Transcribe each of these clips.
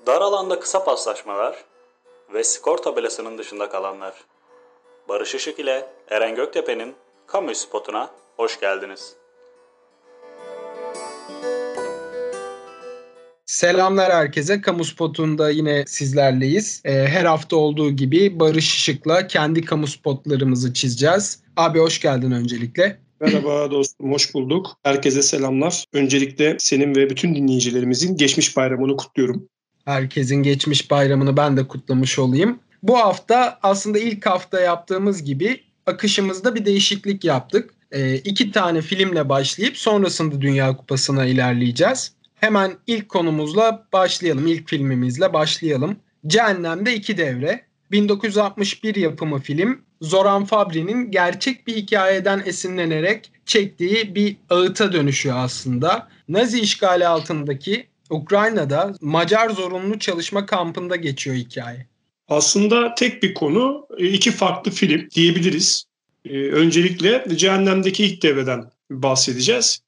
Dar alanda kısa paslaşmalar ve skor tabelasının dışında kalanlar. Barış Işık ile Eren Göktepe'nin Kamu Spot'una hoş geldiniz. Selamlar herkese. Kamu Spot'unda yine sizlerleyiz. Her hafta olduğu gibi Barış Işık'la kendi kamu spotlarımızı çizeceğiz. Abi hoş geldin öncelikle. Merhaba dostum, hoş bulduk. Herkese selamlar. Öncelikle senin ve bütün dinleyicilerimizin geçmiş bayramını kutluyorum. Herkesin geçmiş bayramını ben de kutlamış olayım. Bu hafta aslında ilk hafta yaptığımız gibi akışımızda bir değişiklik yaptık. 2 tane filmle başlayıp sonrasında Dünya Kupası'na ilerleyeceğiz. Hemen ilk konumuzla başlayalım, ilk filmimizle başlayalım. Cehennem'de 2 devre. 1961 yapımı film, Zoran Fabri'nin gerçek bir hikayeden esinlenerek çektiği bir ağıta dönüşüyor aslında. Nazi işgali altındaki Ukrayna'da Macar zorunlu çalışma kampında geçiyor hikaye. Aslında tek bir konu, 2 farklı film diyebiliriz. Öncelikle Cehennem'deki ilk devreden bahsedeceğiz.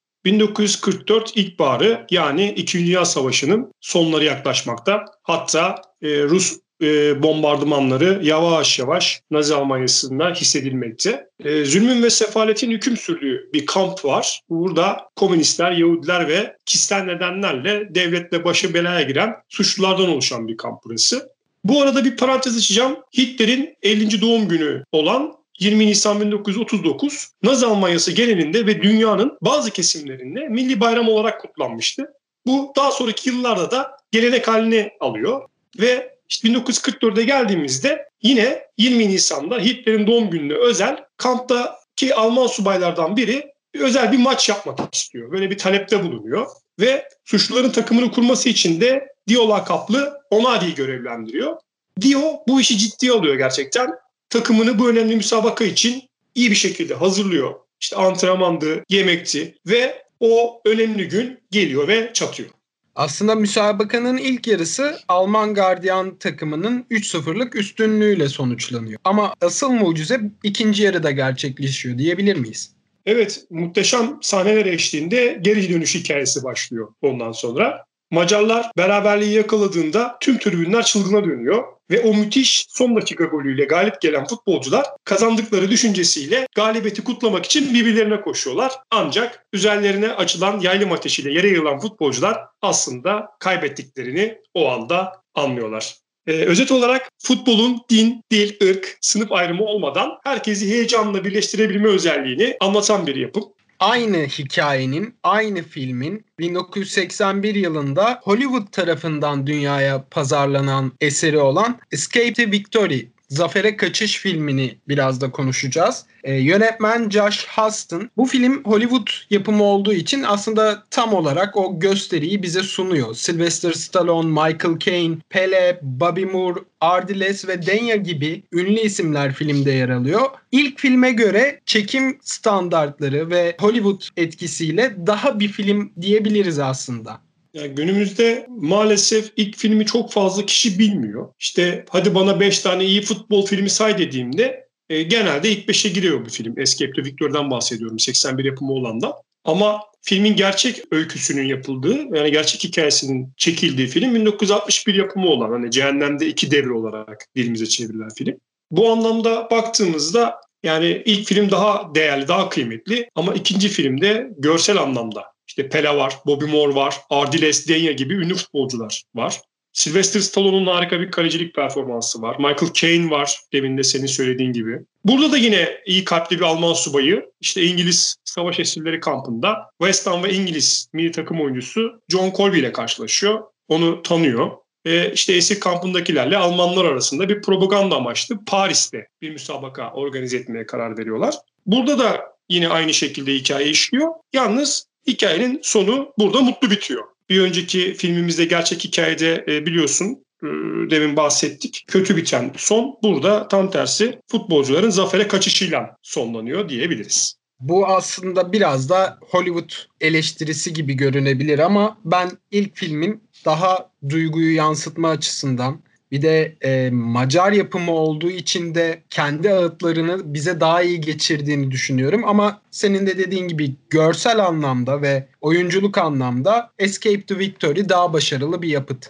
1944 ilkbaharı, yani 2. Dünya Savaşı'nın sonları yaklaşmakta. Hatta Rus bombardımanları yavaş yavaş Nazi Almanya'sında hissedilmekte. Zulmün ve sefaletin hüküm sürdüğü bir kamp var. Burada komünistler, Yahudiler ve kişisel nedenlerle devletle başı belaya giren suçlulardan oluşan bir kamp burası. Bu arada bir parantez açacağım. Hitler'in 50. doğum günü olan 20 Nisan 1939 Nazi Almanyası genelinde ve dünyanın bazı kesimlerinde milli bayram olarak kutlanmıştı. Bu daha sonraki yıllarda da gelenek halini alıyor ve İşte 1944'e geldiğimizde yine 20 Nisan'da Hitler'in doğum gününe özel kamptaki Alman subaylardan biri özel bir maç yapmak istiyor. Böyle bir talepte bulunuyor ve suçluların takımını kurması için de Dio lakaplı Onadi'yi görevlendiriyor. Dio bu işi ciddiye alıyor gerçekten. Takımını bu önemli müsabaka için iyi bir şekilde hazırlıyor. İşte antrenmandı, yemekti ve o önemli gün geliyor ve çatıyor. Aslında müsabakanın ilk yarısı Alman gardiyan takımının 3-0'lık üstünlüğüyle sonuçlanıyor. Ama asıl mucize ikinci yarıda gerçekleşiyor diyebilir miyiz? Evet, muhteşem sahneler eşliğinde geri dönüş hikayesi başlıyor ondan sonra. Macarlar beraberliği yakaladığında tüm tribünler çılgına dönüyor ve o müthiş son dakika golüyle galip gelen futbolcular kazandıkları düşüncesiyle galibiyeti kutlamak için birbirlerine koşuyorlar. Ancak üzerlerine açılan yaylım ateşiyle yere yığılan futbolcular aslında kaybettiklerini o anda anlıyorlar. Özet olarak futbolun din, dil, ırk, sınıf ayrımı olmadan herkesi heyecanla birleştirebilme özelliğini anlatan bir yapım. Aynı hikayenin, aynı filmin 1981 yılında Hollywood tarafından dünyaya pazarlanan eseri olan Escape to Victory, Zafer'e Kaçış filmini biraz da konuşacağız. Yönetmen Josh Huston. Bu film Hollywood yapımı olduğu için aslında tam olarak o gösteriyi bize sunuyor. Sylvester Stallone, Michael Caine, Pele, Bobby Moore, Ardiles ve Denya gibi ünlü isimler filmde yer alıyor. İlk filme göre çekim standartları ve Hollywood etkisiyle daha bir film diyebiliriz aslında. Yani günümüzde maalesef ilk filmi çok fazla kişi bilmiyor. İşte hadi bana 5 tane iyi futbol filmi say dediğimde genelde ilk 5'e giriyor bu film. Escape to Victory'den bahsediyorum, 81 yapımı olan da. Ama filmin gerçek öyküsünün yapıldığı, yani gerçek hikayesinin çekildiği film 1961 yapımı olan, hani Cehennem'de 2 devre olarak dilimize çevrilen film. Bu anlamda baktığımızda yani ilk film daha değerli, daha kıymetli, ama ikinci filmde görsel anlamda İşte Pele var, Bobby Moore var, Ardiles, Denya gibi ünlü futbolcular var. Sylvester Stallone'un harika bir kalecilik performansı var. Michael Caine var, demin de senin söylediğin gibi. Burada da yine iyi kalpli bir Alman subayı, işte İngiliz savaş esirleri kampında West Ham ve İngiliz milli takım oyuncusu John Colby ile karşılaşıyor. Onu tanıyor. İşte esir kampındakilerle Almanlar arasında bir propaganda amaçlı Paris'te bir müsabaka organize etmeye karar veriyorlar. Burada da yine aynı şekilde hikaye işliyor. Yalnız hikayenin sonu burada mutlu bitiyor. Bir önceki filmimizde gerçek hikayede biliyorsun demin bahsettik. Kötü biten son, burada tam tersi futbolcuların zafere kaçışıyla sonlanıyor diyebiliriz. Bu aslında biraz da Hollywood eleştirisi gibi görünebilir ama ben ilk filmin daha duyguyu yansıtma açısından, bir de Macar yapımı olduğu için de kendi ağıtlarını bize daha iyi geçirdiğini düşünüyorum. Ama senin de dediğin gibi görsel anlamda ve oyunculuk anlamda Escape to Victory daha başarılı bir yapıt.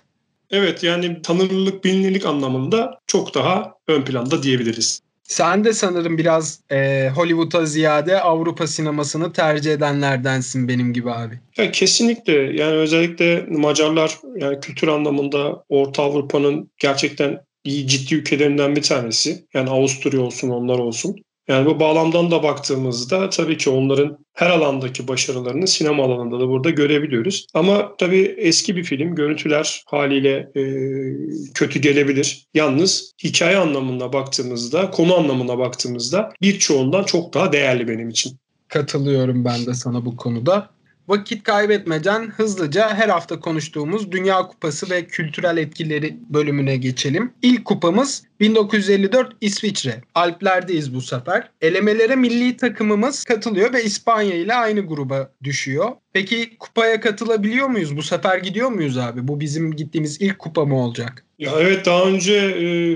Evet, yani tanınırlık, bilinirlik anlamında çok daha ön planda diyebiliriz. Sen de sanırım biraz Hollywood'a ziyade Avrupa sinemasını tercih edenlerdensin benim gibi abi. Ya kesinlikle, yani özellikle Macarlar yani kültür anlamında Orta Avrupa'nın gerçekten iyi, ciddi ülkelerinden bir tanesi. Yani Avusturya olsun, onlar olsun. Yani bu bağlamdan da baktığımızda tabii ki onların her alandaki başarılarını sinema alanında da burada görebiliyoruz. Ama tabii eski bir film, görüntüler haliyle kötü gelebilir. Yalnız hikaye anlamına baktığımızda, konu anlamına baktığımızda birçoğundan çok daha değerli benim için. Katılıyorum ben de sana bu konuda. Vakit kaybetmeden hızlıca her hafta konuştuğumuz Dünya Kupası ve kültürel etkileri bölümüne geçelim. İlk kupamız 1954 İsviçre. Alplerdeyiz bu sefer. Elemelere milli takımımız katılıyor ve İspanya ile aynı gruba düşüyor. Peki kupaya katılabiliyor muyuz? Bu sefer gidiyor muyuz abi? Bu bizim gittiğimiz ilk kupa mı olacak? Ya evet, daha önce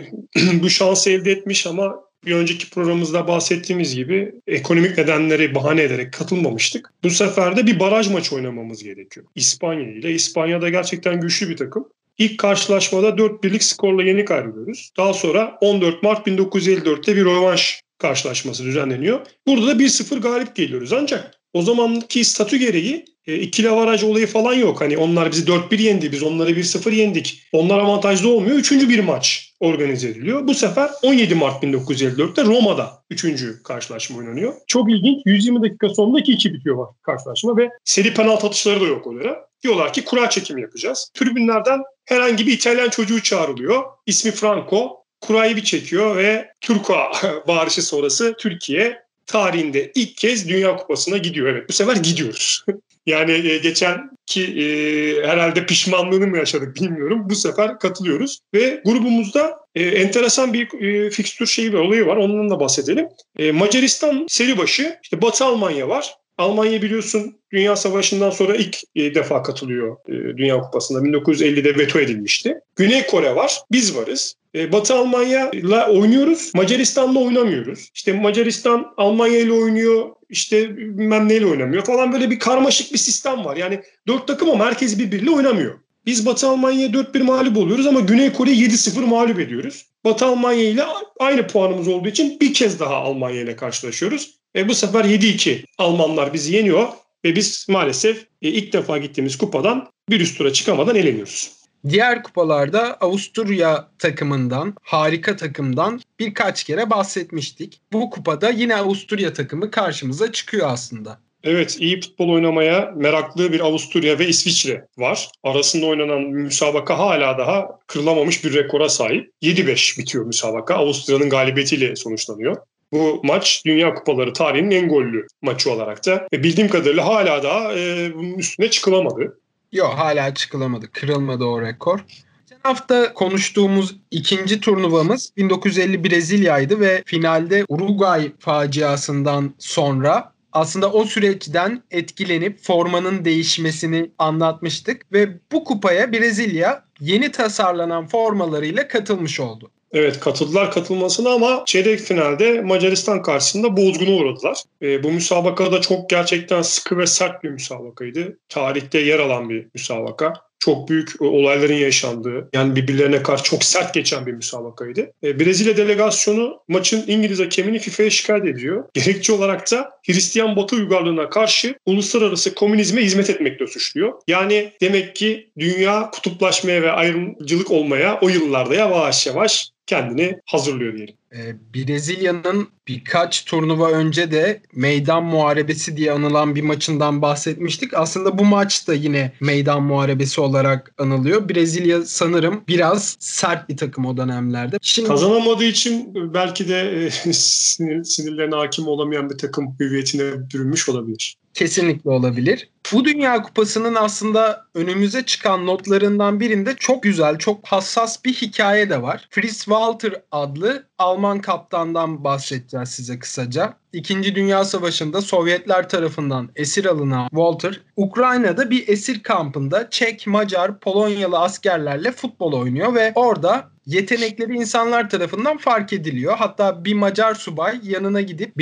bu şansı elde etmiş ama bir önceki programımızda bahsettiğimiz gibi ekonomik nedenleri bahane ederek katılmamıştık. Bu sefer de bir baraj maçı oynamamız gerekiyor İspanya ile. İspanya'da gerçekten güçlü bir takım. İlk karşılaşmada 4-1'lik skorla yenik ayrılıyoruz. Daha sonra 14 Mart 1954'te bir rövanş karşılaşması düzenleniyor. Burada da 1-0 galip geliyoruz. Ancak o zamanki statü gereği ikili avaraj olayı falan yok. Hani onlar bizi 4-1 yendi, biz onları 1-0 yendik. Onlar avantajlı olmuyor. Üçüncü bir maç organize ediliyor. Bu sefer 17 Mart 1954'te Roma'da üçüncü karşılaşma oynanıyor. Çok ilginç. 120 dakika sonunda 2-2 bitiyor karşılaşma ve seri penaltı atışları da yok oraya. Diyorlar ki kura çekimi yapacağız. Tribünlerden herhangi bir İtalyan çocuğu çağrılıyor. İsmi Franco. Kurayı bir çekiyor ve Turco bağırışı sonrası Türkiye tarihinde ilk kez Dünya Kupası'na gidiyor. Evet, bu sefer gidiyoruz. Yani geçenki herhalde pişmanlığını mı yaşadık bilmiyorum. Bu sefer katılıyoruz. Ve grubumuzda enteresan bir fikstür olayı var. Ondan da bahsedelim. Macaristan seri başı, işte Batı Almanya var. Almanya biliyorsun Dünya Savaşı'ndan sonra ilk defa katılıyor Dünya Kupası'na. 1950'de veto edilmişti. Güney Kore var, biz varız. Batı Almanya'yla oynuyoruz, Macaristan'la oynamıyoruz. İşte Macaristan Almanya ile oynuyor, işte bilmem neyle oynamıyor falan, böyle bir karmaşık bir sistem var. Yani 4 takım ama herkes birbiriyle oynamıyor. Biz Batı Almanya'ya 4-1 mağlup oluyoruz ama Güney Kore'yi 7-0 mağlup ediyoruz. Batı Almanya ile aynı puanımız olduğu için bir kez daha Almanya ile karşılaşıyoruz. Bu sefer 7-2 Almanlar bizi yeniyor ve biz maalesef ilk defa gittiğimiz kupadan bir üst tura çıkamadan eleniyoruz. Diğer kupalarda Avusturya takımından, harika takımdan birkaç kere bahsetmiştik. Bu kupada yine Avusturya takımı karşımıza çıkıyor aslında. Evet, iyi futbol oynamaya meraklı bir Avusturya ve İsviçre var. Arasında oynanan müsabaka hala daha kırılamamış bir rekora sahip. 7-5 bitiyor müsabaka. Avusturya'nın galibiyetiyle sonuçlanıyor. Bu maç Dünya Kupaları tarihinin en gollü maçı olarak da bildiğim kadarıyla hala daha bunun üstüne çıkılamadı. Yok, hala çıkılamadı. Kırılmadı o rekor. Geçen hafta konuştuğumuz ikinci turnuvamız 1950 Brezilya'ydı ve finalde Uruguay faciasından sonra aslında o süreçten etkilenip formanın değişmesini anlatmıştık ve bu kupaya Brezilya yeni tasarlanan formalarıyla katılmış oldu. Evet, katılmasına ama çeyrek finalde Macaristan karşısında bozguna uğradılar. Bu müsabakada çok gerçekten sıkı ve sert bir müsabakaydı. Tarihte yer alan bir müsabaka. Çok büyük olayların yaşandığı, yani birbirlerine karşı çok sert geçen bir müsabakaydı. Brezilya delegasyonu maçın İngiliz hakemini FIFA'ya şikayet ediyor. Gerekçe olarak da Hristiyan Batı uygarlığına karşı uluslararası komünizme hizmet etmekle suçluyor. Yani demek ki dünya kutuplaşmaya ve ayrımcılık olmaya o yıllarda yavaş yavaş kendini hazırlıyor diyelim. Brezilya'nın birkaç turnuva önce de meydan muharebesi diye anılan bir maçından bahsetmiştik. Aslında bu maç da yine meydan muharebesi olarak anılıyor. Brezilya sanırım biraz sert bir takım o dönemlerde. Kazanamadığı için belki de sinirlerine hakim olamayan bir takım hüviyetine bürünmüş olabilir. Kesinlikle olabilir. Bu Dünya Kupası'nın aslında önümüze çıkan notlarından birinde çok güzel, çok hassas bir hikaye de var. Fritz Walter adlı Alman kaptandan bahsedeceğiz size kısaca. İkinci Dünya Savaşı'nda Sovyetler tarafından esir alınan Walter, Ukrayna'da bir esir kampında Çek, Macar, Polonyalı askerlerle futbol oynuyor ve orada yetenekleri insanlar tarafından fark ediliyor. Hatta bir Macar subay yanına gidip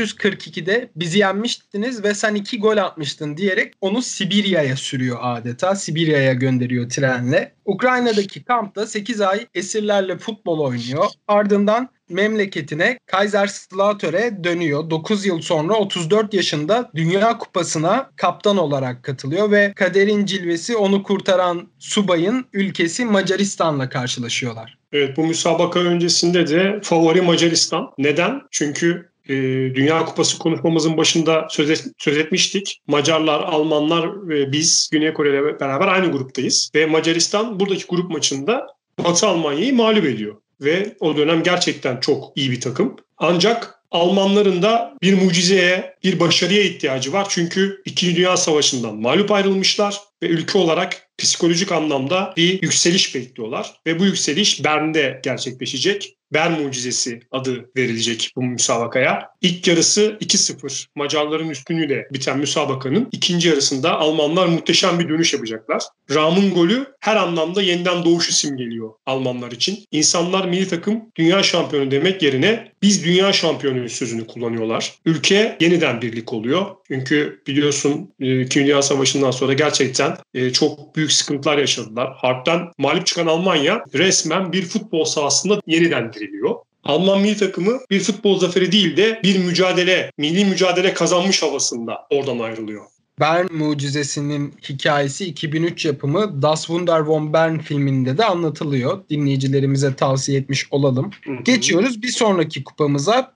1942'de bizi yenmiştiniz ve sen 2 gol atmıştın diyerek onu Sibirya'ya sürüyor adeta. Sibirya'ya gönderiyor trenle. Ukrayna'daki kampta 8 ay esirlerle futbol oynuyor. Ardından memleketine Kaiserslautern'e dönüyor. 9 yıl sonra 34 yaşında Dünya Kupası'na kaptan olarak katılıyor ve kaderin cilvesi onu kurtaran subayın ülkesi Macaristan'la karşılaşıyorlar. Evet, bu müsabaka öncesinde de favori Macaristan. Neden? Çünkü Dünya Kupası konuşmamızın başında söz etmiştik. Macarlar, Almanlar ve biz Güney Kore ile beraber aynı gruptayız. Ve Macaristan buradaki grup maçında Batı Almanya'yı mağlup ediyor. Ve o dönem gerçekten çok iyi bir takım. Ancak Almanların da bir mucizeye, bir başarıya ihtiyacı var. Çünkü İkinci Dünya Savaşı'ndan mağlup ayrılmışlar ve ülke olarak psikolojik anlamda bir yükseliş bekliyorlar. Ve bu yükseliş Bern'de gerçekleşecek. Bern mucizesi adı verilecek bu müsabakaya. İlk yarısı 2-0 Macarların üstünlüğüyle biten müsabakanın ikinci yarısında Almanlar muhteşem bir dönüş yapacaklar. Rahm'ın golü her anlamda yeniden doğuşu simgeliyor Almanlar için. İnsanlar milli takım dünya şampiyonu demek yerine biz dünya şampiyonuyuz sözünü kullanıyorlar. Ülke yeniden birlik oluyor. Çünkü biliyorsun İkinci Dünya Savaşı'ndan sonra gerçekten çok büyük sıkıntılar yaşadılar. Harpten mağlup çıkan Almanya resmen bir futbol sahasında yeniden diriliyor. Alman milli takımı bir futbol zaferi değil de bir mücadele, milli mücadele kazanmış havasında oradan ayrılıyor. Bern mucizesinin hikayesi 2003 yapımı Das Wunder von Bern filminde de anlatılıyor. Dinleyicilerimize tavsiye etmiş olalım. Geçiyoruz bir sonraki kupamıza.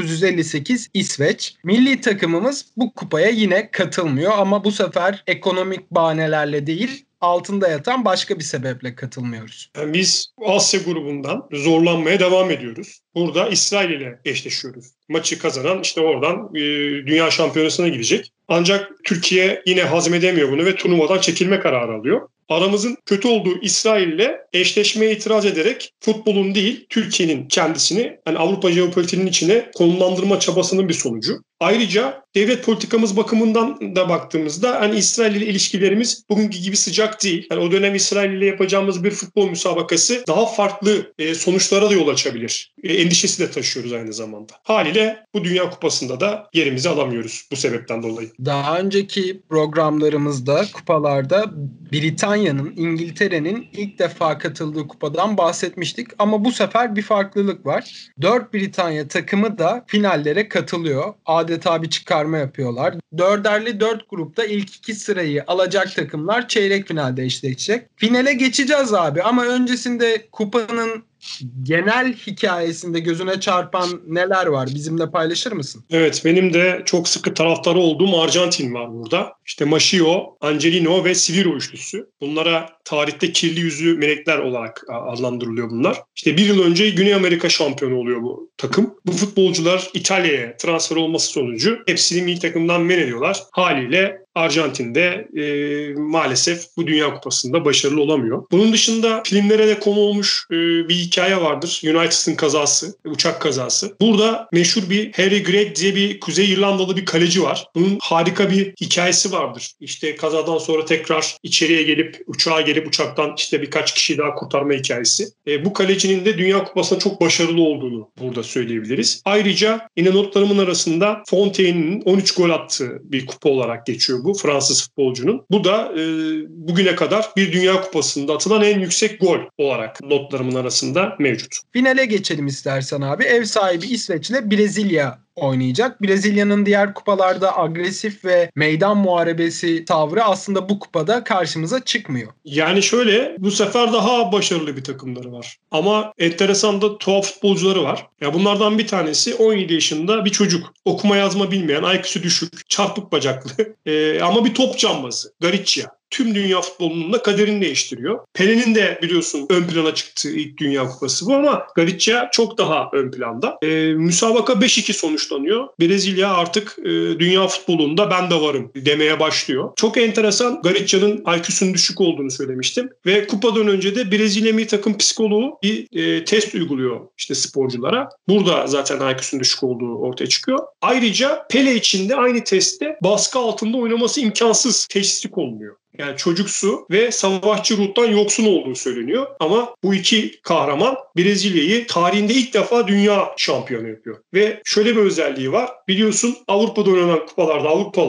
1958 İsveç. Milli takımımız bu kupaya yine katılmıyor ama bu sefer ekonomik bahanelerle değil, altında yatan başka bir sebeple katılmıyoruz. Yani biz Asya grubundan zorlanmaya devam ediyoruz. Burada İsrail ile eşleşiyoruz. Maçı kazanan işte oradan dünya şampiyonasına gidecek. Ancak Türkiye yine hazmedemiyor bunu ve turnuvadan çekilme kararı alıyor. Aramızın kötü olduğu İsrail ile eşleşmeye itiraz ederek futbolun değil Türkiye'nin kendisini yani Avrupa jeopolitiğinin içine konumlandırma çabasının bir sonucu. Ayrıca devlet politikamız bakımından da baktığımızda hani İsrail ile ilişkilerimiz bugünkü gibi sıcak değil. Yani o dönem İsrail ile yapacağımız bir futbol müsabakası daha farklı sonuçlara da yol açabilir. Endişesi de taşıyoruz aynı zamanda. Haliyle bu Dünya Kupası'nda da yerimizi alamıyoruz bu sebepten dolayı. Daha önceki programlarımızda, kupalarda Britanya'nın, İngiltere'nin ilk defa katıldığı kupadan bahsetmiştik. Ama bu sefer bir farklılık var. 4 Britanya takımı da finallere katılıyor. Adeta bir çıkarma yapıyorlar. Dörderli 4 grupta ilk 2 sırayı alacak takımlar çeyrek finalde eşleşecek. Finale geçeceğiz abi ama öncesinde kupanın genel hikayesinde gözüne çarpan neler var? Bizimle paylaşır mısın? Evet, benim de çok sıkı taraftarı olduğum Arjantin var burada. İşte Maschio, Angelino ve Siviro üçlüsü. Bunlara tarihte kirli yüzlü melekler olarak adlandırılıyor bunlar. İşte bir yıl önce Güney Amerika şampiyonu oluyor bu takım. Bu futbolcular İtalya'ya transfer olması sonucu hepsini milli takımdan men ediyorlar. Haliyle Arjantin'de maalesef bu Dünya Kupası'nda başarılı olamıyor. Bunun dışında filmlere de konu olmuş bir hikaye vardır. United'ın kazası, uçak kazası. Burada meşhur bir Harry Gregg diye bir Kuzey İrlandalı bir kaleci var. Bunun harika bir hikayesi vardır. İşte kazadan sonra tekrar içeriye gelip, uçağa gelip uçaktan işte birkaç kişiyi daha kurtarma hikayesi. Bu kalecinin de Dünya Kupası'nda çok başarılı olduğunu burada söyleyebiliriz. Ayrıca yine notlarımın arasında Fontaine'in 13 gol attığı bir kupa olarak geçiyor bu Fransız futbolcunun. Bu da bugüne kadar bir Dünya Kupası'nda atılan en yüksek gol olarak notlarımın arasında mevcut. Finale geçelim istersen abi. Ev sahibi İsveç ile Brezilya oynayacak. Brezilya'nın diğer kupalarda agresif ve meydan muharebesi tavrı aslında bu kupada karşımıza çıkmıyor. Yani şöyle, bu sefer daha başarılı bir takımları var. Ama enteresan da tuhaf futbolcuları var. Ya bunlardan bir tanesi 17 yaşında bir çocuk. Okuma yazma bilmeyen, IQ'su düşük, çarpık bacaklı ama bir top cambazı. Gariccia. Tüm dünya futbolunun da kaderini değiştiriyor. Pele'nin de biliyorsun ön plana çıktığı ilk Dünya Kupası bu ama Gariccia çok daha ön planda. Müsabaka 5-2 sonuçlanıyor. Brezilya artık dünya futbolunda ben de varım demeye başlıyor. Çok enteresan, Gariccia'nın IQ'sunun düşük olduğunu söylemiştim. Ve kupadan önce de Brezilya milli takım psikoloğu bir test uyguluyor işte sporculara. Burada zaten IQ'sunun düşük olduğu ortaya çıkıyor. Ayrıca Pele için de aynı testte baskı altında oynaması imkansız teşhisi konuluyor. Yani çocuksu ve savaşçı ruhtan yoksun olduğu söyleniyor. Ama bu iki kahraman Brezilya'yı tarihinde ilk defa dünya şampiyonu yapıyor. Ve şöyle bir özelliği var. Biliyorsun Avrupa'da oynanan kupalarda Avrupalılar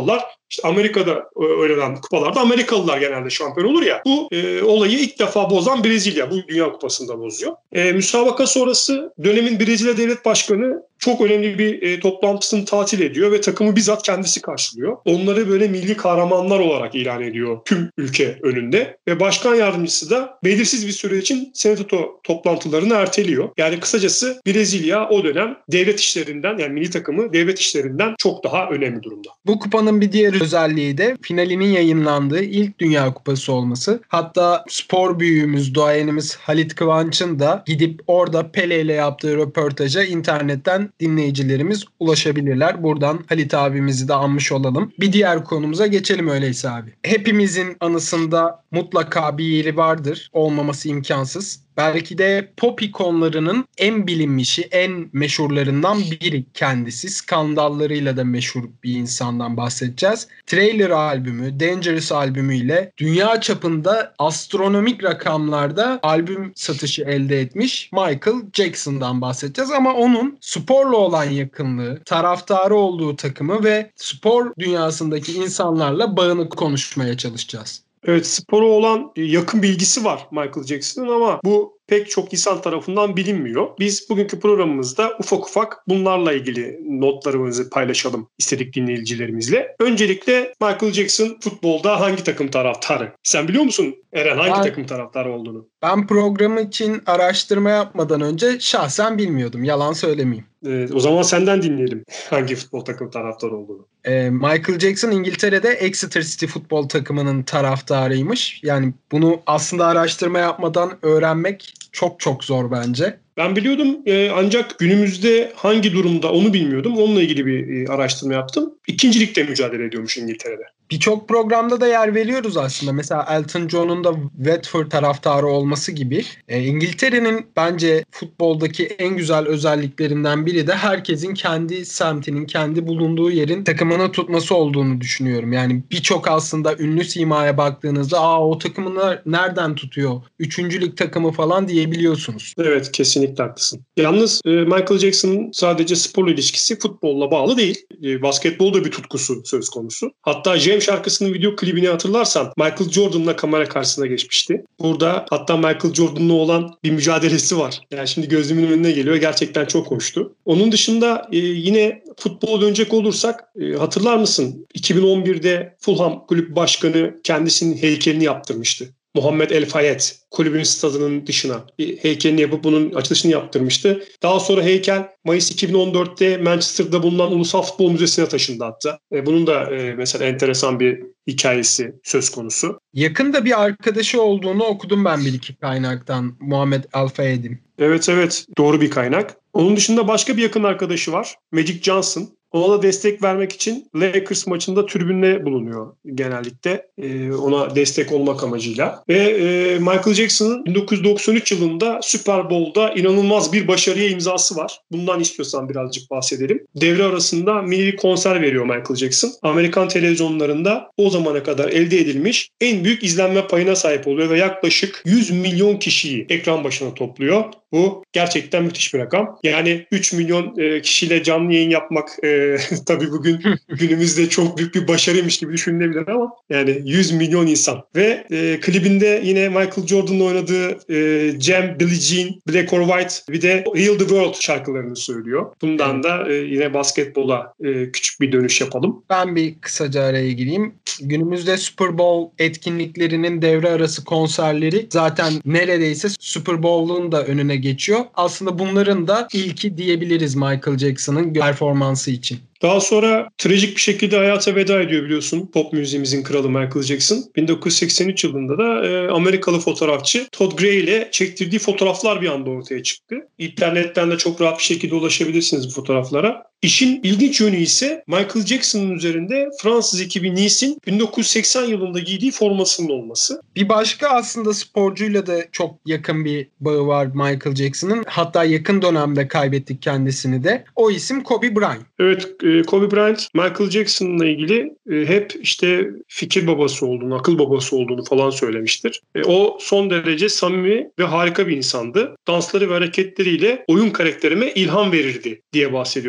İşte Amerika'da oynanan kupalarda Amerikalılar genelde şampiyon olur ya. Bu olayı ilk defa bozan Brezilya. Bu Dünya Kupası'nda bozuyor. Müsabaka sonrası dönemin Brezilya Devlet Başkanı çok önemli bir toplantısını tatil ediyor ve takımı bizzat kendisi karşılıyor. Onları böyle milli kahramanlar olarak ilan ediyor tüm ülke önünde ve başkan yardımcısı da belirsiz bir süre için senato toplantılarını erteliyor. Yani kısacası Brezilya o dönem devlet işlerinden, yani milli takımı devlet işlerinden çok daha önemli durumda. Bu kupanın bir diğer özelliği de finalinin yayınlandığı ilk Dünya Kupası olması. Hatta spor büyüğümüz, duayenimiz Halit Kıvanç'ın da gidip orada Pele ile yaptığı röportaja internetten dinleyicilerimiz ulaşabilirler. Buradan Halit abimizi de anmış olalım. Bir diğer konumuza geçelim öyleyse abi. Hepimizin anısında mutlaka bir yeri vardır. Olmaması imkansız. Belki de pop ikonlarının en bilinmişi, en meşhurlarından biri kendisi. Skandallarıyla da meşhur bir insandan bahsedeceğiz. Thriller albümü, Dangerous albümüyle dünya çapında astronomik rakamlarda albüm satışı elde etmiş Michael Jackson'dan bahsedeceğiz. Ama onun sporla olan yakınlığı, taraftarı olduğu takımı ve spor dünyasındaki insanlarla bağını konuşmaya çalışacağız. Evet, spora olan yakın bilgisi var Michael Jackson'ın ama bu pek çok insan tarafından bilinmiyor. Biz bugünkü programımızda ufak ufak bunlarla ilgili notlarımızı paylaşalım istedik dinleyicilerimizle. Öncelikle Michael Jackson futbolda hangi takım taraftarı? Sen biliyor musun Eren hangi takım taraftarı olduğunu? Ben programı için araştırma yapmadan önce şahsen bilmiyordum. Yalan söylemeyeyim. O zaman senden dinleyelim hangi futbol takım taraftarı olduğunu. Michael Jackson İngiltere'de Exeter City futbol takımının taraftarıymış. Yani bunu aslında araştırma yapmadan öğrenmek çok çok zor bence. Ben biliyordum ancak günümüzde hangi durumda onu bilmiyordum. Onunla ilgili bir araştırma yaptım. İkinci ligde mücadele ediyormuş İngiltere'de. Birçok programda da yer veriyoruz aslında. Mesela Elton John'un da Watford taraftarı olması gibi. İngiltere'nin bence futboldaki en güzel özelliklerinden biri de herkesin kendi semtinin, kendi bulunduğu yerin takımını tutması olduğunu düşünüyorum. Yani birçok aslında ünlü simaya baktığınızda o takımını nereden tutuyor? 3. lig takımı falan diyebiliyorsunuz. Evet, kesinlikle haklısın. Yalnız Michael Jackson'ın sadece sporla ilişkisi futbolla bağlı değil. Basketbolda bir tutkusu söz konusu. Hatta şarkısının video klibini hatırlarsan Michael Jordan'la kamera karşısına geçmişti. Burada hatta Michael Jordan'la olan bir mücadelesi var. Yani şimdi gözümün önüne geliyor. Gerçekten çok hoştu. Onun dışında yine futbola dönecek olursak hatırlar mısın? 2011'de Fulham kulüp başkanı kendisinin heykelini yaptırmıştı. Muhammed El Fayed kulübün stadının dışına bir heykelini yapıp bunun açılışını yaptırmıştı. Daha sonra heykel Mayıs 2014'te Manchester'da bulunan Ulusal Futbol Müzesi'ne taşındı hatta. Bunun da mesela enteresan bir hikayesi söz konusu. Yakında bir arkadaşı olduğunu okudum ben bir iki kaynaktan Muhammed El Fayed'in. Evet, doğru bir kaynak. Onun dışında başka bir yakın arkadaşı var. Magic Johnson. Ona da destek vermek için Lakers maçında tribünde bulunuyor genellikle. Ona destek olmak amacıyla. Ve Michael Jackson'ın 1993 yılında Super Bowl'da inanılmaz bir başarıya imzası var. Bundan istiyorsan birazcık bahsedelim. Devre arasında mini bir konser veriyor Michael Jackson. Amerikan televizyonlarında o zamana kadar elde edilmiş en büyük izlenme payına sahip oluyor ve yaklaşık 100 milyon kişiyi ekran başına topluyor. Bu gerçekten müthiş bir rakam. Yani 3 milyon kişiyle canlı yayın yapmak tabii bugün günümüzde çok büyük bir başarıymış gibi düşünülebilir ama yani 100 milyon insan. Ve klibinde yine Michael Jordan'ın oynadığı Jam, Billie Jean, Black or White bir de Heal the World şarkılarını söylüyor. Bundan da yine basketbola küçük bir dönüş yapalım. Ben bir kısaca araya gireyim. Günümüzde Super Bowl etkinliklerinin devre arası konserleri zaten neredeyse Super Bowl'un da önüne geçiyor. Aslında bunların da ilki diyebiliriz Michael Jackson'ın performansı için. Daha sonra trajik bir şekilde hayata veda ediyor biliyorsun pop müziğimizin kralı Michael Jackson. 1983 yılında da Amerikalı fotoğrafçı Todd Gray ile çektirdiği fotoğraflar bir anda ortaya çıktı. İnternetten de çok rahat bir şekilde ulaşabilirsiniz bu fotoğraflara. İşin ilginç yönü ise Michael Jackson'ın üzerinde Fransız ekibi Nice'in 1980 yılında giydiği formasının olması. Bir başka aslında sporcuyla da çok yakın bir bağı var Michael Jackson'ın. Hatta yakın dönemde kaybettik kendisini de. O isim Kobe Bryant. Evet, Kobe Bryant Michael Jackson'la ilgili hep işte fikir babası olduğunu, akıl babası olduğunu falan söylemiştir. O son derece samimi ve harika bir insandı. Dansları ve hareketleriyle oyun karakterime ilham verirdi diye bahsediyor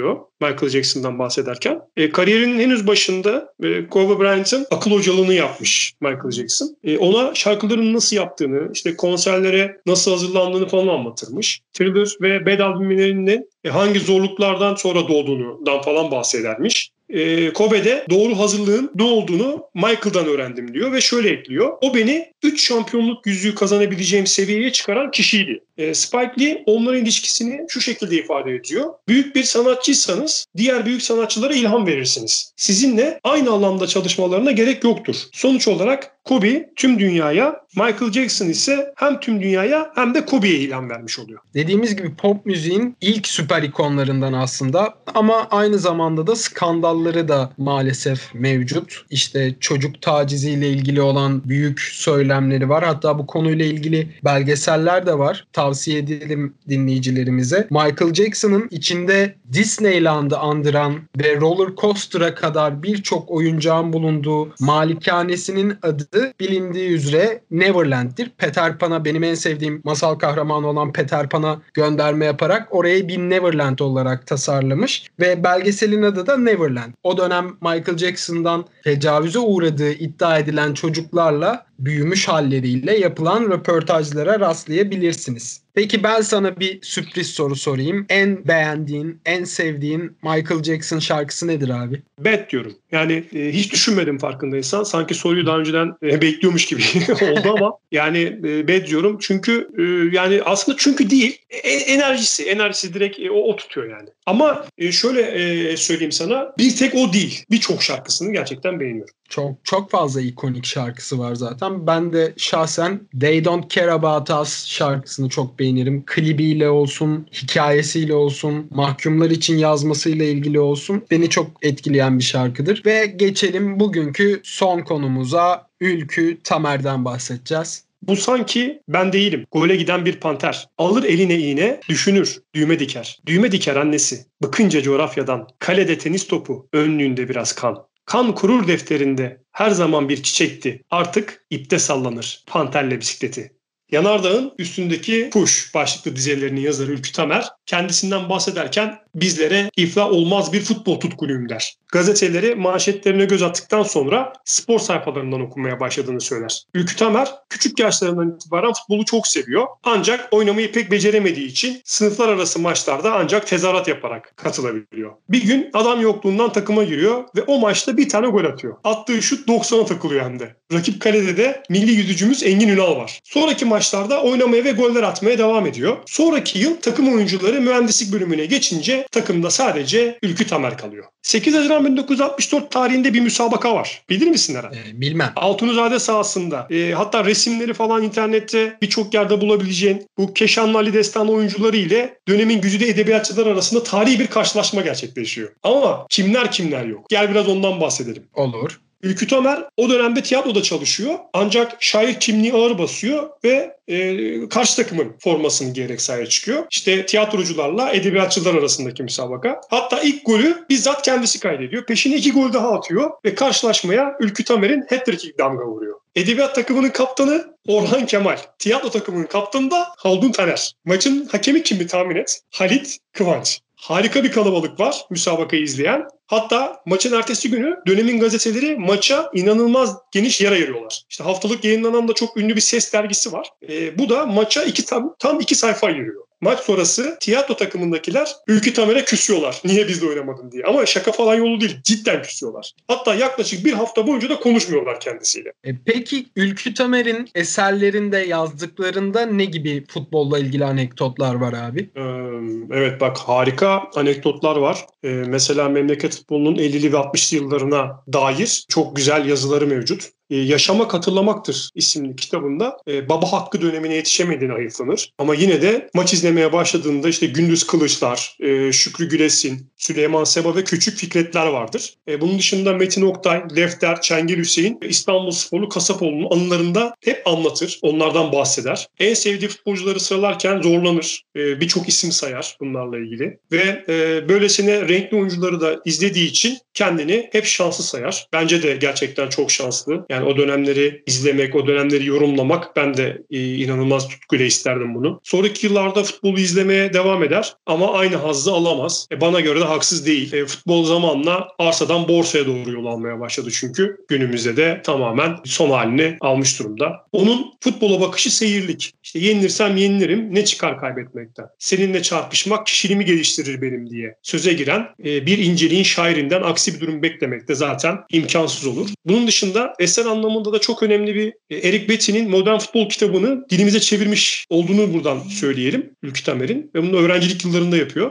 Michael Jackson'dan bahsederken. Kariyerinin henüz başında Kobe Bryant'ın akıl hocalığını yapmış Michael Jackson. Ona şarkıların nasıl yaptığını, işte konserlere nasıl hazırlandığını falan anlatırmış. Thriller ve Bad albümlerinin hangi zorluklardan sonra doğduğundan falan bahsedermiş. Kobe'de doğru hazırlığın ne olduğunu Michael'dan öğrendim diyor ve şöyle ekliyor. O beni 3 şampiyonluk yüzüğü kazanabileceğim seviyeye çıkaran kişiydi. Spike Lee onların ilişkisini şu şekilde ifade ediyor. Büyük bir sanatçıysanız diğer büyük sanatçılara ilham verirsiniz. Sizinle aynı alanda çalışmalarına gerek yoktur. Sonuç olarak Kobe tüm dünyaya, Michael Jackson ise hem tüm dünyaya hem de Kobe'ye ilham vermiş oluyor. Dediğimiz gibi pop müziğin ilk süper ikonlarından aslında, ama aynı zamanda da skandalları da maalesef mevcut. İşte çocuk taciziyle ilgili olan büyük söylemleri var. Hatta bu konuyla ilgili belgeseller de var. Tavsiye edelim dinleyicilerimize. Michael Jackson'ın içinde Disneyland'ı andıran ve roller coaster'a kadar birçok oyuncağın bulunduğu malikanesinin adı bilindiği üzere Neverland'dir. Peter Pan'a, benim en sevdiğim masal kahramanı olan Peter Pan'a gönderme yaparak orayı bir Neverland olarak tasarlamış ve belgeselin adı da Neverland. O dönem Michael Jackson'dan tecavüze uğradığı iddia edilen çocuklarla büyümüş halleriyle yapılan röportajlara rastlayabilirsiniz. Peki ben sana bir sürpriz soru sorayım. En beğendiğin, en sevdiğin Michael Jackson şarkısı nedir abi? Bad diyorum. Yani hiç düşünmedim farkındaysan. Sanki soruyu daha önceden bekliyormuş gibi oldu ama yani Bad diyorum. Çünkü yani aslında çünkü değil. Enerjisi direkt o tutuyor yani. Ama şöyle söyleyeyim sana. Bir tek o değil. Birçok şarkısını gerçekten beğeniyorum. Çok fazla ikonik şarkısı var zaten. Ben de şahsen They Don't Care About Us şarkısını çok beğenirim. Klibiyle olsun, hikayesiyle olsun, mahkumlar için yazmasıyla ilgili olsun. Beni çok etkileyen bir şarkıdır. Ve geçelim bugünkü son konumuza. Ülkü Tamer'den bahsedeceğiz. Bu sanki ben değilim. Gole giden bir panter. Alır eline iğne, düşünür, düğme diker. Düğme diker annesi. Bıkınca coğrafyadan. Kalede tenis topu, önlüğünde biraz kan. Kan kurur defterinde. Her zaman bir çiçekti. Artık ipte sallanır. Panterle bisikleti. Yanardağ'ın üstündeki Push başlıklı dizelerinin yazarı Ülkü Tamer kendisinden bahsederken bizlere iflah olmaz bir futbol tutkunuyum der. Gazeteleri manşetlerine göz attıktan sonra spor sayfalarından okumaya başladığını söyler. Ülkü Tamer küçük yaşlarından itibaren futbolu çok seviyor. Ancak oynamayı pek beceremediği için sınıflar arası maçlarda ancak tezahürat yaparak katılabiliyor. Bir gün adam yokluğundan takıma giriyor ve o maçta bir tane gol atıyor. Attığı şut 90'a takılıyor hem de. Rakip kalede de milli yüzücümüz Engin Ünal var. Sonraki maçlarda oynamaya ve goller atmaya devam ediyor. Sonraki yıl takım oyuncuları mühendislik bölümüne geçince takımda sadece Ülkü Tamer kalıyor. 8 Haziran 1964 tarihinde bir müsabaka var. Bilir misin Eren? Bilmem. Altunizade sahasında. Hatta resimleri falan internette birçok yerde bulabileceğin bu Keşanlı Ali Destanlı oyuncuları ile dönemin güzide edebiyatçılar arasında tarihi bir karşılaşma gerçekleşiyor. Ama kimler yok. Gel biraz ondan bahsedelim. Olur. Ülkü Tamer o dönemde tiyatroda çalışıyor ancak şair kimliği ağır basıyor ve karşı takımın formasını giyerek sahaya çıkıyor. İşte tiyatrocularla edebiyatçılar arasındaki müsabaka. Hatta ilk golü bizzat kendisi kaydediyor. Peşine 2 gol daha atıyor ve karşılaşmaya Ülkü Tamer'in hat-trick damga vuruyor. Edebiyat takımının kaptanı Orhan Kemal. Tiyatro takımının kaptanı da Haldun Taner. Maçın hakemi kimi tahmin et? Halit Kıvanç. Harika bir kalabalık var müsabakayı izleyen. Hatta maçın ertesi günü dönemin gazeteleri maça inanılmaz geniş yer ayırıyorlar. İşte haftalık yayınlanan da çok ünlü bir Ses dergisi var. Bu da maça tam 2 sayfa ayırıyor. Maç sonrası tiyatro takımındakiler Ülkü Tamer'e küsüyorlar. Niye bizle oynamadın diye. Ama şaka falan yolu değil. Cidden küsüyorlar. Hatta yaklaşık bir hafta boyunca da konuşmuyorlar kendisiyle. Peki Ülkü Tamer'in eserlerinde, yazdıklarında ne gibi futbolla ilgili anekdotlar var abi? Evet bak, harika anekdotlar var. Mesela memleket futbolunun 50'li ve 60'lı yıllarına dair çok güzel yazıları mevcut. Yaşamak Hatırlamaktır isimli kitabında baba hakkı dönemine yetişemediğini hayıflanır. Ama yine de maç izlemeye başladığında işte Gündüz Kılıçlar, Şükrü Gülesin, Süleyman Seba ve Küçük Fikretler vardır. Bunun dışında Metin Oktay, Lefter, Çengel Hüseyin, İstanbulsporlu Kasapoğlu'nun anılarında hep anlatır. Onlardan bahseder. En sevdiği futbolcuları sıralarken zorlanır. Birçok isim sayar bunlarla ilgili. Ve böylesine renkli oyuncuları da izlediği için kendini hep şanslı sayar. Bence de gerçekten çok şanslı. Yani o dönemleri izlemek, o dönemleri yorumlamak, ben de inanılmaz tutkuyla isterdim bunu. Sonraki yıllarda futbolu izlemeye devam eder ama aynı hazzı alamaz. Bana göre de haksız değil. Futbol zamanla arsadan borsaya doğru yol almaya başladı çünkü. Günümüzde de tamamen son halini almış durumda. Onun futbola bakışı seyirlik. İşte yenilirsem yenilirim, ne çıkar kaybetmekten? Seninle çarpışmak kişiliğimi geliştirir benim diye söze giren bir inceliğin şairinden aksi bir durum beklemek de zaten imkansız olur. Bunun dışında eser anlamında da çok önemli bir Eric Betty'nin Modern Futbol kitabını dilimize çevirmiş olduğunu buradan söyleyelim. Ülkü Tamer'in ve bunu öğrencilik yıllarında yapıyor.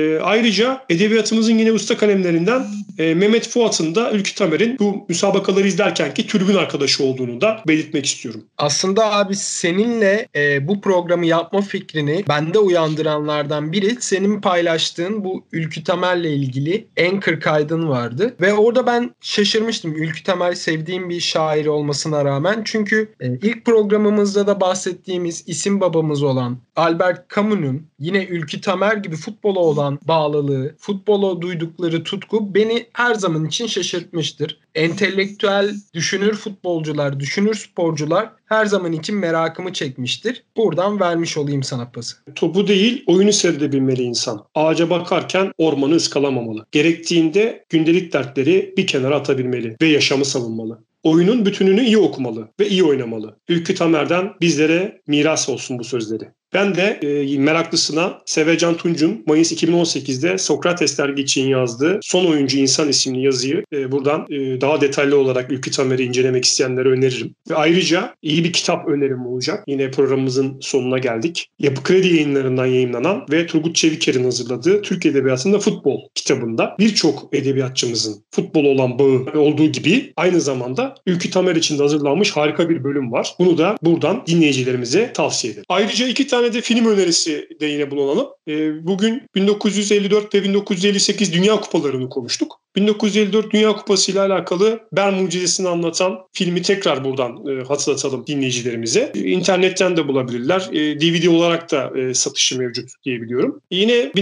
Ayrıca edebiyatımızın yine usta kalemlerinden Mehmet Fuat'ın da Ülkü Tamer'in bu müsabakaları izlerkenki tribün arkadaşı olduğunu da belirtmek istiyorum. Aslında abi seninle bu programı yapma fikrini bende uyandıranlardan biri senin paylaştığın bu Ülkü Tamer'le ilgili Anchor kaydın vardı. Ve orada ben şaşırmıştım. Ülkü Tamer sevdiğim bir şair olmasına rağmen. Çünkü ilk programımızda da bahsettiğimiz isim babamız olan Albert Camus'un yine Ülkü Tamer gibi futbola olan bağlılığı, futbola duydukları tutku beni her zaman için şaşırtmıştır. Entelektüel, düşünür futbolcular, düşünür sporcular her zaman için merakımı çekmiştir. Buradan vermiş olayım sana pası. Topu değil, oyunu seyredebilmeli insan. Ağaca bakarken ormanı ıskalamamalı. Gerektiğinde gündelik dertleri bir kenara atabilmeli ve yaşamı savunmalı. Oyunun bütününü iyi okumalı ve iyi oynamalı. Ülkü Tamer'den bizlere miras olsun bu sözleri. Ben de meraklısına Sevecan Tunç'un Mayıs 2018'de Sokrates dergi için yazdığı Son Oyuncu İnsan isimli yazıyı buradan daha detaylı olarak Ülkü Tamer'i incelemek isteyenlere öneririm. Ve ayrıca iyi bir kitap önerim olacak. Yine programımızın sonuna geldik. Yapı Kredi Yayınları'ndan yayımlanan ve Turgut Çeviker'in hazırladığı Türk Edebiyatı'nda Futbol kitabında birçok edebiyatçımızın futbol olan bağı olduğu gibi aynı zamanda Ülkü Tamer için de hazırlanmış harika bir bölüm var. Bunu da buradan dinleyicilerimize tavsiye ederim. Ayrıca 2 tane de film önerisi de yine bulunalım. Bugün 1954 ve 1958 Dünya Kupalarını konuştuk. 1954 Dünya Kupası ile alakalı Bern Mucizesi'ni anlatan filmi tekrar buradan hatırlatalım dinleyicilerimize. İnternetten de bulabilirler. DVD olarak da satışı mevcut diyebiliyorum. Yine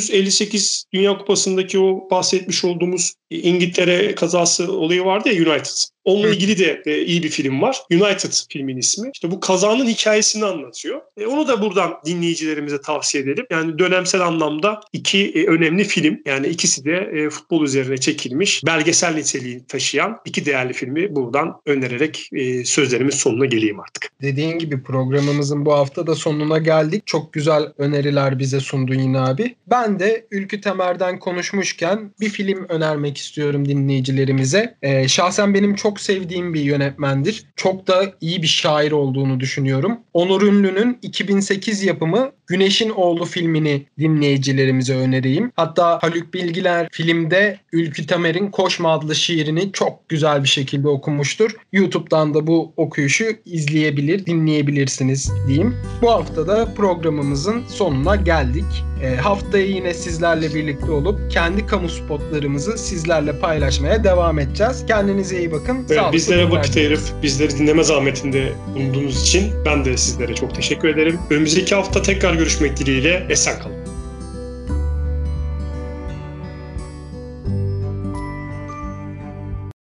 1958 Dünya Kupası'ndaki o bahsetmiş olduğumuz İngiltere kazası olayı vardı ya, United. Onunla ilgili de iyi bir film var. United filmin ismi. İşte bu kazanın hikayesini anlatıyor. Onu da buradan dinleyicilerimize tavsiye edelim. Yani dönemsel anlamda iki önemli film. Yani ikisi de futbol üzerine çekilmiş, belgesel niteliği taşıyan iki değerli filmi buradan önererek sözlerimin sonuna geleyim artık. Dediğin gibi programımızın bu hafta da sonuna geldik. Çok güzel öneriler bize sundun yine abi. Ben de Ülkü Tamer'den konuşmuşken bir film önermek istiyorum dinleyicilerimize. Şahsen benim çok sevdiğim bir yönetmendir. Çok da iyi bir şair olduğunu düşünüyorum. Onur Ünlü'nün 2008 yapımı Güneşin Oğlu filmini dinleyicilerimize önereyim. Hatta Haluk Bilginer filmde Ülkü Tamer'in Koşma adlı şiirini çok güzel bir şekilde okumuştur. YouTube'dan da bu okuyuşu izleyebilir, dinleyebilirsiniz diyeyim. Bu hafta da programımızın sonuna geldik. Haftaya yine sizlerle birlikte olup kendi kamu spotlarımızı sizlerle paylaşmaya devam edeceğiz. Kendinize iyi bakın. Evet, bizlere vakit ayırıp bizleri dinleme zahmetinde bulunduğunuz için ben de sizlere çok teşekkür ederim. Önümüzdeki hafta tekrar görüşmek dileğiyle. Esen kalın.